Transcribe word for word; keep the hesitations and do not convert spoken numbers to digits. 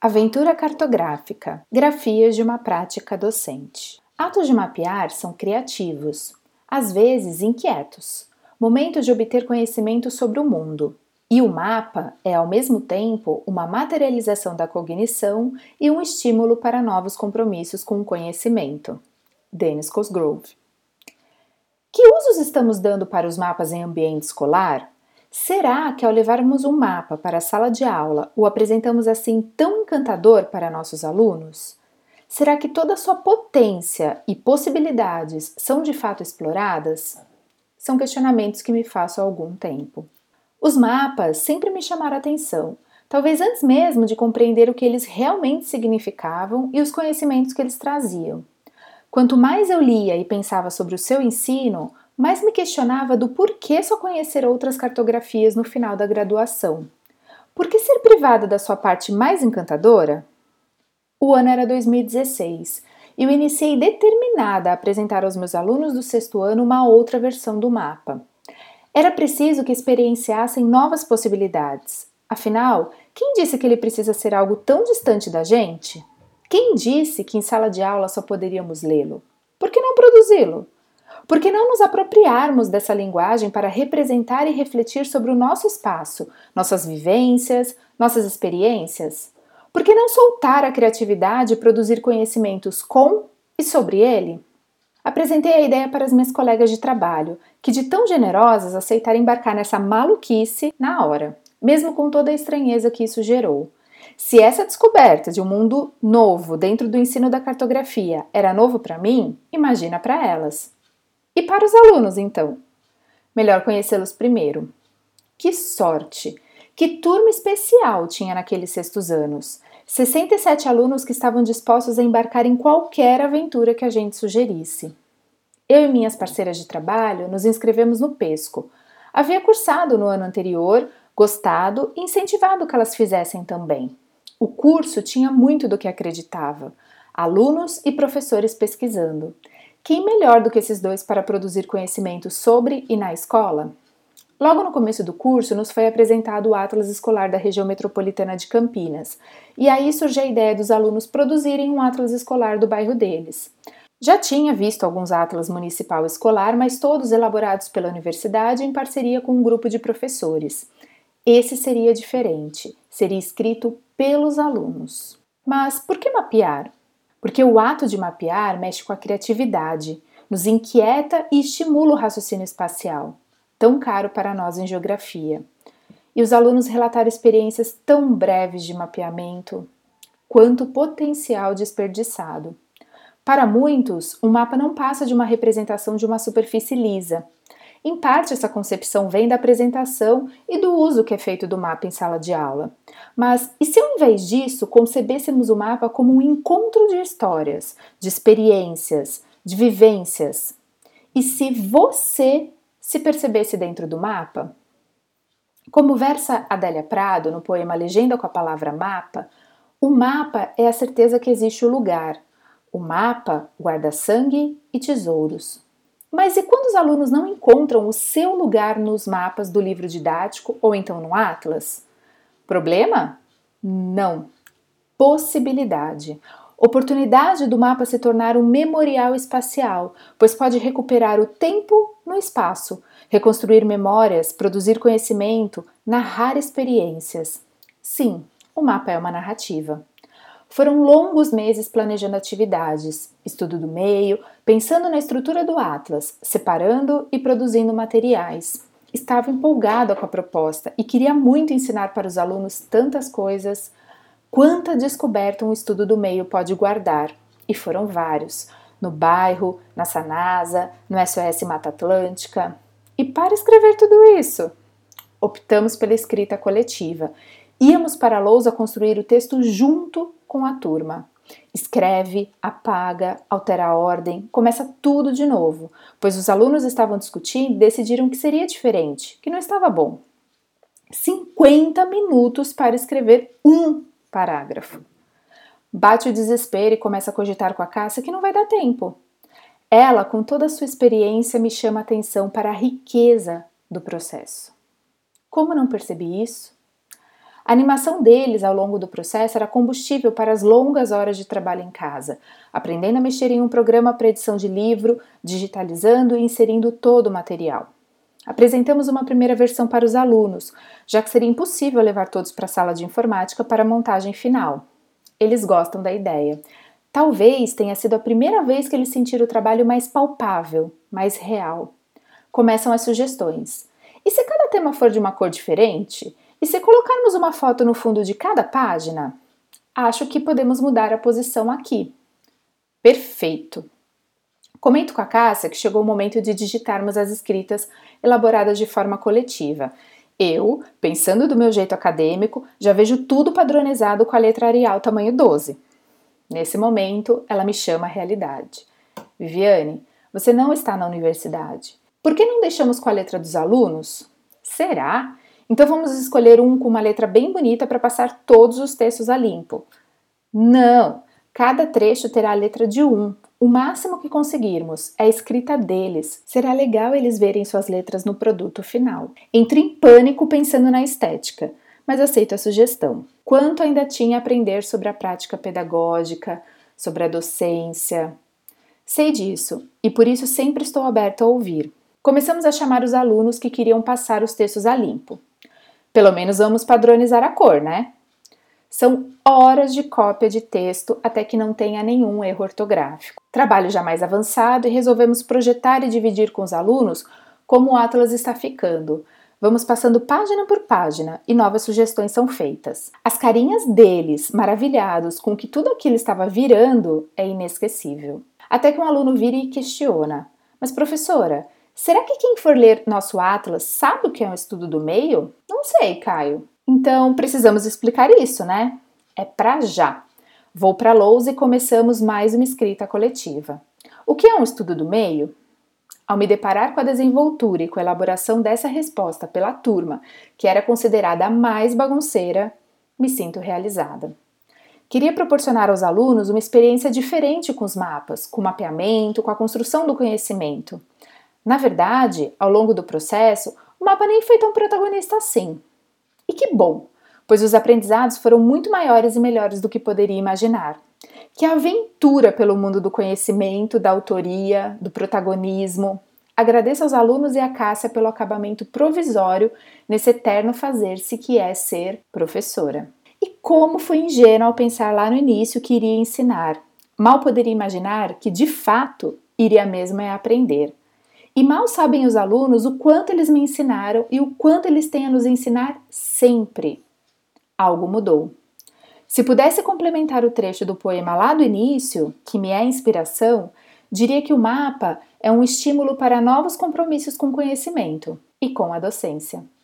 Aventura cartográfica, grafias de uma prática docente. Atos de mapear são criativos, às vezes inquietos, momentos de obter conhecimento sobre o mundo. E o mapa é, ao mesmo tempo, uma materialização da cognição e um estímulo para novos compromissos com o conhecimento. Dennis Cosgrove. Que usos estamos dando para os mapas em ambiente escolar? Será que ao levarmos um mapa para a sala de aula, o apresentamos assim tão encantador para nossos alunos? Será que toda a sua potência e possibilidades são de fato exploradas? São questionamentos que me faço há algum tempo. Os mapas sempre me chamaram a atenção, talvez antes mesmo de compreender o que eles realmente significavam e os conhecimentos que eles traziam. Quanto mais eu lia e pensava sobre o seu ensino, mais me questionava do porquê só conhecer outras cartografias no final da graduação. Por que ser privada da sua parte mais encantadora? O ano era dois mil e dezesseis e eu iniciei determinada a apresentar aos meus alunos do sexto ano uma outra versão do mapa. Era preciso que experienciassem novas possibilidades. Afinal, quem disse que ele precisa ser algo tão distante da gente? Quem disse que em sala de aula só poderíamos lê-lo? Por que não produzi-lo? Por que não nos apropriarmos dessa linguagem para representar e refletir sobre o nosso espaço, nossas vivências, nossas experiências? Por que não soltar a criatividade e produzir conhecimentos com e sobre ele? Apresentei a ideia para as minhas colegas de trabalho, que de tão generosas aceitaram embarcar nessa maluquice na hora, mesmo com toda a estranheza que isso gerou. Se essa descoberta de um mundo novo dentro do ensino da cartografia era novo para mim, imagina para elas. E para os alunos, então? Melhor conhecê-los primeiro. Que sorte! Que turma especial tinha naqueles sextos anos! sessenta e sete alunos que estavam dispostos a embarcar em qualquer aventura que a gente sugerisse. Eu e minhas parceiras de trabalho nos inscrevemos no Pesco. Havia cursado no ano anterior, gostado e incentivado que elas fizessem também. O curso tinha muito do que acreditava. Alunos e professores pesquisando. Quem melhor do que esses dois para produzir conhecimento sobre e na escola? Logo no começo do curso, nos foi apresentado o Atlas Escolar da Região Metropolitana de Campinas, e aí surgiu a ideia dos alunos produzirem um Atlas Escolar do bairro deles. Já tinha visto alguns Atlas Municipal Escolar, mas todos elaborados pela universidade em parceria com um grupo de professores. Esse seria diferente, seria escrito pelos alunos. Mas por que mapear? Porque o ato de mapear mexe com a criatividade, nos inquieta e estimula o raciocínio espacial, tão caro para nós em geografia. E os alunos relataram experiências tão breves de mapeamento, quanto potencial desperdiçado. Para muitos, um mapa não passa de uma representação de uma superfície lisa. Em parte, essa concepção vem da apresentação e do uso que é feito do mapa em sala de aula. Mas e se ao invés disso concebêssemos o mapa como um encontro de histórias, de experiências, de vivências? E se você se percebesse dentro do mapa? Como versa Adélia Prado no poema Legenda com a Palavra Mapa, o mapa é a certeza que existe o lugar. O mapa guarda sangue e tesouros. Mas e quando os alunos não encontram o seu lugar nos mapas do livro didático ou então no Atlas? Problema? Não. Possibilidade. Oportunidade do mapa se tornar um memorial espacial, pois pode recuperar o tempo no espaço, reconstruir memórias, produzir conhecimento, narrar experiências. Sim, o mapa é uma narrativa. Foram longos meses planejando atividades, estudo do meio, pensando na estrutura do Atlas, separando e produzindo materiais. Estava empolgada com a proposta e queria muito ensinar para os alunos tantas coisas. Quanta descoberta um estudo do meio pode guardar, e foram vários, no bairro, na Sanasa, no S O S Mata Atlântica. E para escrever tudo isso? Optamos pela escrita coletiva. Íamos para a lousa construir o texto junto com a turma. Escreve, apaga, altera a ordem, começa tudo de novo, pois os alunos estavam discutindo e decidiram que seria diferente, que não estava bom. cinquenta minutos para escrever um parágrafo. Bate o desespero e começa a cogitar com a Cássia que não vai dar tempo. Ela, com toda a sua experiência, me chama a atenção para a riqueza do processo. Como não percebi isso? A animação deles ao longo do processo era combustível para as longas horas de trabalho em casa, aprendendo a mexer em um programa para edição de livro, digitalizando e inserindo todo o material. Apresentamos uma primeira versão para os alunos, já que seria impossível levar todos para a sala de informática para a montagem final. Eles gostam da ideia. Talvez tenha sido a primeira vez que eles sentiram o trabalho mais palpável, mais real. Começam as sugestões. E se cada tema for de uma cor diferente? E se colocarmos uma foto no fundo de cada página? Acho que podemos mudar a posição aqui. Perfeito! Comento com a Cássia que chegou o momento de digitarmos as escritas elaboradas de forma coletiva. Eu, pensando do meu jeito acadêmico, já vejo tudo padronizado com a letra Arial tamanho doze. Nesse momento, ela me chama à realidade. Viviane, você não está na universidade. Por que não deixamos com a letra dos alunos? Será? Então vamos escolher um com uma letra bem bonita para passar todos os textos a limpo. Não! Cada trecho terá a letra de um. O máximo que conseguirmos é a escrita deles. Será legal eles verem suas letras no produto final. Entro em pânico pensando na estética, mas aceito a sugestão. Quanto ainda tinha a aprender sobre a prática pedagógica, sobre a docência. Sei disso, e por isso sempre estou aberta a ouvir. Começamos a chamar os alunos que queriam passar os textos a limpo. Pelo menos vamos padronizar a cor, né? São horas de cópia de texto até que não tenha nenhum erro ortográfico. Trabalho já mais avançado e resolvemos projetar e dividir com os alunos como o Atlas está ficando. Vamos passando página por página e novas sugestões são feitas. As carinhas deles, maravilhados com que tudo aquilo estava virando, é inesquecível. Até que um aluno vira e questiona: mas professora, será que quem for ler nosso Atlas sabe o que é um estudo do meio? Não sei, Caio. Então precisamos explicar isso, né? É pra já. Vou para a lousa e começamos mais uma escrita coletiva. O que é um estudo do meio? Ao me deparar com a desenvoltura e com a elaboração dessa resposta pela turma, que era considerada a mais bagunceira, me sinto realizada. Queria proporcionar aos alunos uma experiência diferente com os mapas, com o mapeamento, com a construção do conhecimento. Na verdade, ao longo do processo, o mapa nem foi tão protagonista assim. E que bom, pois os aprendizados foram muito maiores e melhores do que poderia imaginar. Que aventura pelo mundo do conhecimento, da autoria, do protagonismo. Agradeço aos alunos e à Cássia pelo acabamento provisório nesse eterno fazer-se que é ser professora. E como fui ingênua ao pensar lá no início que iria ensinar. Mal poderia imaginar que, de fato, iria mesmo é aprender. E mal sabem os alunos o quanto eles me ensinaram e o quanto eles têm a nos ensinar sempre. Algo mudou. Se pudesse complementar o trecho do poema lá do início, que me é inspiração, diria que o mapa é um estímulo para novos compromissos com o conhecimento e com a docência.